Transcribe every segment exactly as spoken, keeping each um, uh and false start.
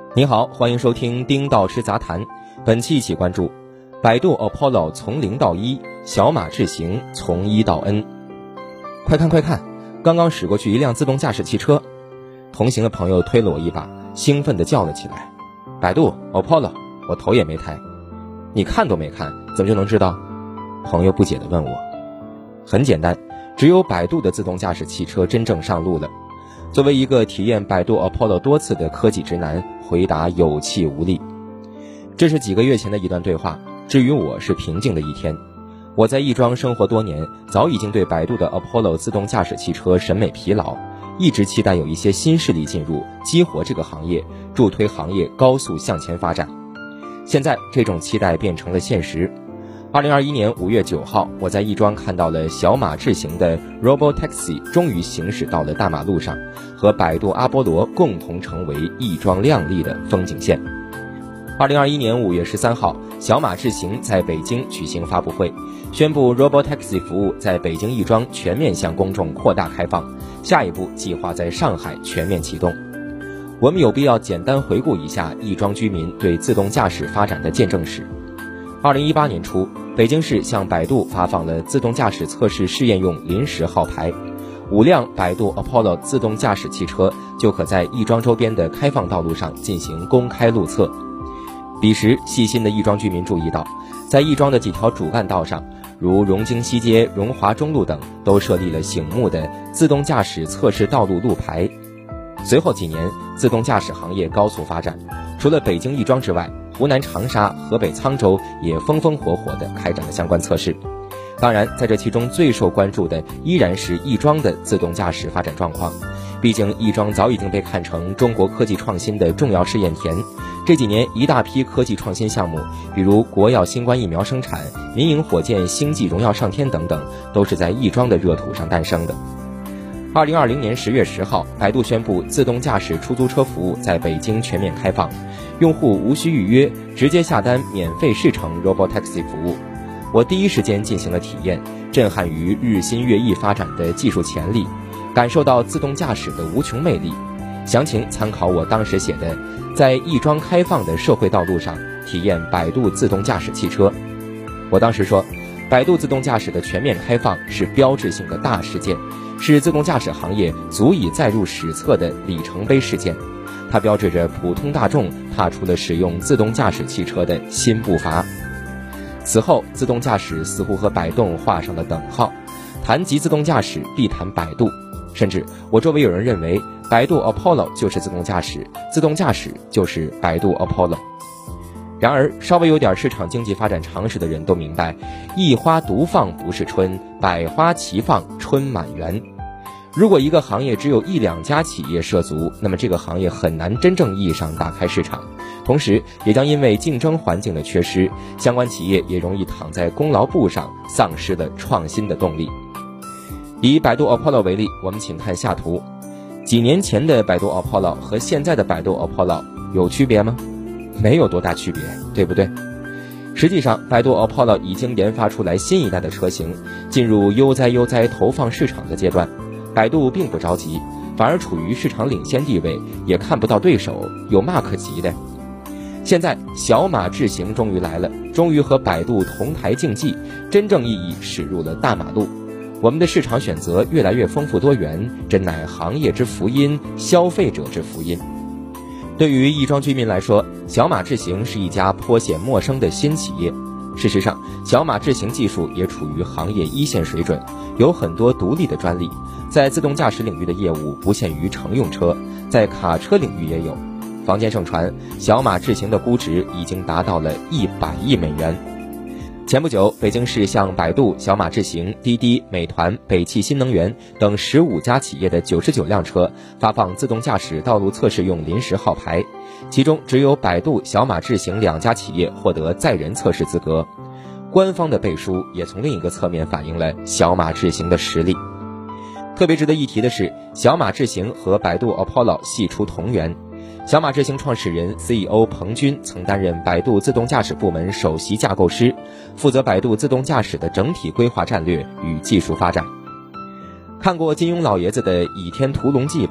你好，欢迎收听丁道吃杂谈。本期一起关注百度 Apollo 从零到一，小马智行从一到 N。 快看快看，刚刚驶过去一辆自动驾驶汽车，同行的朋友推了我一把，兴奋地叫了起来：百度 Apollo！ 我头也没抬。你看都没看，怎么就能知道？朋友不解地问我。很简单，只有百度的自动驾驶汽车真正上路了。作为一个体验百度 Apollo 多次的科技直男，回答有气无力。这是几个月前的一段对话，至于我是平静的一天。我在亦庄生活多年，早已经对百度的 Apollo 自动驾驶汽车审美疲劳，一直期待有一些新势力进入，激活这个行业，助推行业高速向前发展。现在这种期待变成了现实。二零二一年五月九号，我在亦庄看到了小马智行的 Robotaxi 终于行驶到了大马路上，和百度阿波罗共同成为亦庄亮丽的风景线。二零二一年五月十三号，小马智行在北京举行发布会，宣布 Robotaxi 服务在北京亦庄全面向公众扩大开放，下一步计划在上海全面启动。我们有必要简单回顾一下亦庄居民对自动驾驶发展的见证史。二零一八年初，北京市向百度发放了自动驾驶测试试验用临时号牌，五辆百度 Apollo 自动驾驶汽车就可在亦庄周边的开放道路上进行公开路测。彼时，细心的亦庄居民注意到，在亦庄的几条主干道上，如荣京西街、荣华中路等，都设立了醒目的自动驾驶测试道路路牌。随后几年，自动驾驶行业高速发展，除了北京亦庄之外，湖南长沙、河北沧州也风风火火地开展了相关测试。当然，在这其中最受关注的依然是亦庄的自动驾驶发展状况。毕竟亦庄早已经被看成中国科技创新的重要试验田。这几年一大批科技创新项目，比如国药新冠疫苗生产、民营火箭星际荣耀上天等等，都是在亦庄的热土上诞生的。二零二零年十月十号，百度宣布自动驾驶出租车服务在北京全面开放，用户无需预约，直接下单免费试乘 Robotaxi 服务。我第一时间进行了体验，震撼于日新月异发展的技术潜力，感受到自动驾驶的无穷魅力。详情参考我当时写的在亦庄开放的社会道路上体验百度自动驾驶汽车。我当时说，百度自动驾驶的全面开放是标志性的大事件，是自动驾驶行业足以载入史册的里程碑事件。它标志着普通大众踏出了使用自动驾驶汽车的新步伐。此后，自动驾驶似乎和百度画上了等号，谈及自动驾驶必谈百度，甚至我周围有人认为百度 Apollo 就是自动驾驶，自动驾驶就是百度 Apollo。然而，稍微有点市场经济发展常识的人都明白，一花独放不是春，百花齐放春满园。如果一个行业只有一两家企业涉足，那么这个行业很难真正意义上打开市场，同时也将因为竞争环境的缺失，相关企业也容易躺在功劳簿上，丧失了创新的动力。以百度 Apollo 为例，我们请看下图。几年前的百度 Apollo 和现在的百度 Apollo 有区别吗？没有多大区别，对不对？实际上，百度 Apollo 已经研发出来新一代的车型，进入悠哉悠哉投放市场的阶段。百度并不着急，反而处于市场领先地位，也看不到对手，有嘛可急的？现在小马智行终于来了，终于和百度同台竞技，真正意义驶入了大马路。我们的市场选择越来越丰富多元，真乃行业之福音，消费者之福音。对于亦庄居民来说，小马智行是一家颇显陌生的新企业。事实上，小马智行技术也处于行业一线水准，有很多独立的专利，在自动驾驶领域的业务不限于乘用车，在卡车领域也有。坊间盛传，小马智行的估值已经达到了一百亿美元。前不久，北京市向百度、小马智行、滴滴、美团、北汽新能源等十五家企业的九十九辆车发放自动驾驶道路测试用临时号牌，其中只有百度、小马智行两家企业获得载人测试资格。官方的背书也从另一个侧面反映了小马智行的实力。特别值得一提的是，小马智行和百度 Apollo 系出同源。小马智行创始人 C E O 彭军曾担任百度自动驾驶部门首席架构师，负责百度自动驾驶的整体规划战略与技术发展。看过金庸老爷子的《倚天屠龙记》吧？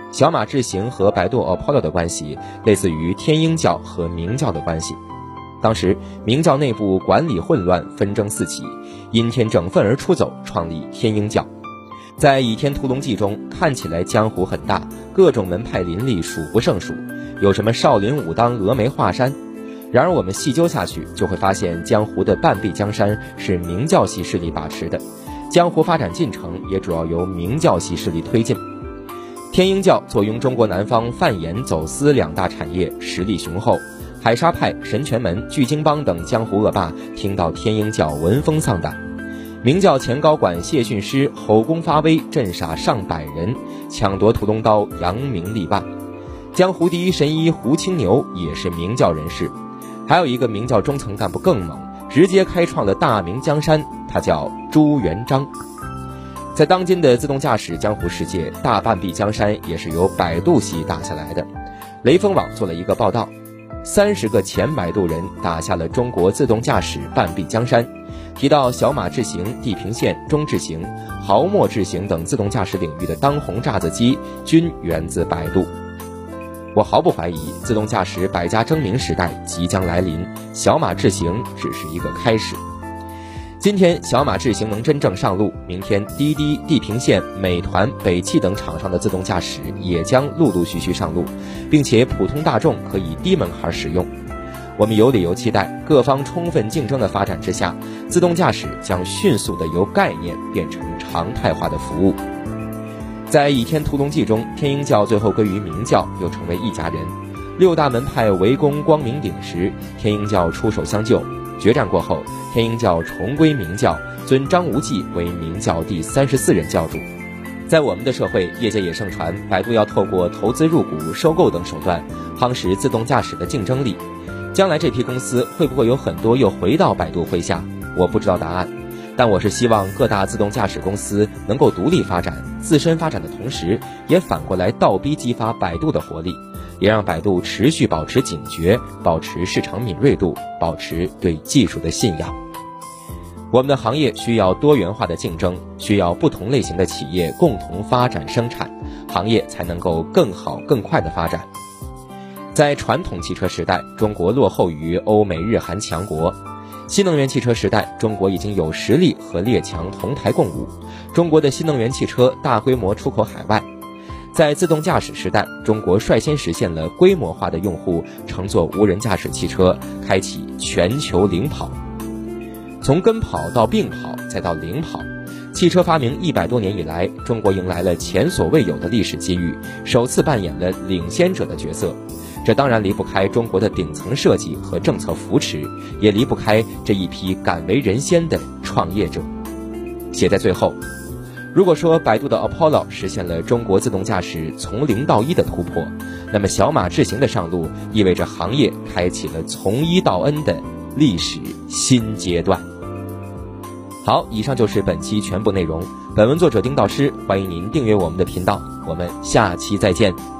小马智行和百度 Apollo 的关系类似于天鹰教和明教的关系。当时明教内部管理混乱，纷争四起，阴天整愤而出走，创立天鹰教。在《倚天屠龙记》中，看起来江湖很大，各种门派林立，数不胜数，有什么少林、武当、峨眉、华山。然而我们细究下去，就会发现江湖的半壁江山是明教系势力把持的，江湖发展进程也主要由明教系势力推进。天鹰教坐拥中国南方贩盐走私两大产业，实力雄厚。海沙派、神拳门、巨鲸帮等江湖恶霸听到天鹰教闻风丧胆。明教前高管谢逊师吼功发威，震傻上百人，抢夺屠龙刀，扬名立万。江湖第一神医胡青牛也是明教人士。还有一个明教中层干部更猛，直接开创了大明江山，他叫朱元璋。在当今的自动驾驶江湖世界，大半壁江山也是由百度系打下来的。雷锋网做了一个报道，三十个前百度人打下了中国自动驾驶半壁江山，提到小马智行、地平线、中智行、豪墨智行等自动驾驶领域的当红炸子鸡均源自百度。我毫不怀疑，自动驾驶百家争鸣时代即将来临，小马智行只是一个开始。今天小马智行能真正上路，明天滴滴、地平线、美团、北汽等厂商的自动驾驶也将陆陆续续上路，并且普通大众可以低门槛使用。我们有理由期待，各方充分竞争的发展之下，自动驾驶将迅速的由概念变成常态化的服务。在《倚天屠龙记》中，天鹰教最后归于明教，又成为一家人。六大门派围攻光明顶时，天鹰教出手相救。决战过后，天鹰教重归明教，尊张无忌为明教第三十四任教主。在我们的社会，业界也盛传百度要透过投资入股、收购等手段夯实自动驾驶的竞争力。将来这批公司会不会有很多又回到百度麾下，我不知道答案。但我是希望各大自动驾驶公司能够独立发展，自身发展的同时，也反过来倒逼激发百度的活力，也让百度持续保持警觉，保持市场敏锐度，保持对技术的信仰。我们的行业需要多元化的竞争，需要不同类型的企业共同发展生产，行业才能够更好更快的发展。在传统汽车时代，中国落后于欧美日韩强国。新能源汽车时代，中国已经有实力和列强同台共舞，中国的新能源汽车大规模出口海外。在自动驾驶时代，中国率先实现了规模化的用户乘坐无人驾驶汽车，开启全球领跑。从跟跑到并跑再到领跑，汽车发明一百多年以来，中国迎来了前所未有的历史机遇，首次扮演了领先者的角色。这当然离不开中国的顶层设计和政策扶持，也离不开这一批敢为人先的创业者。写在最后，如果说百度的 Apollo 实现了中国自动驾驶从零到一的突破，那么小马智行的上路意味着行业开启了从一到 N 的历史新阶段。好，以上就是本期全部内容。本文作者丁道师，欢迎您订阅我们的频道，我们下期再见。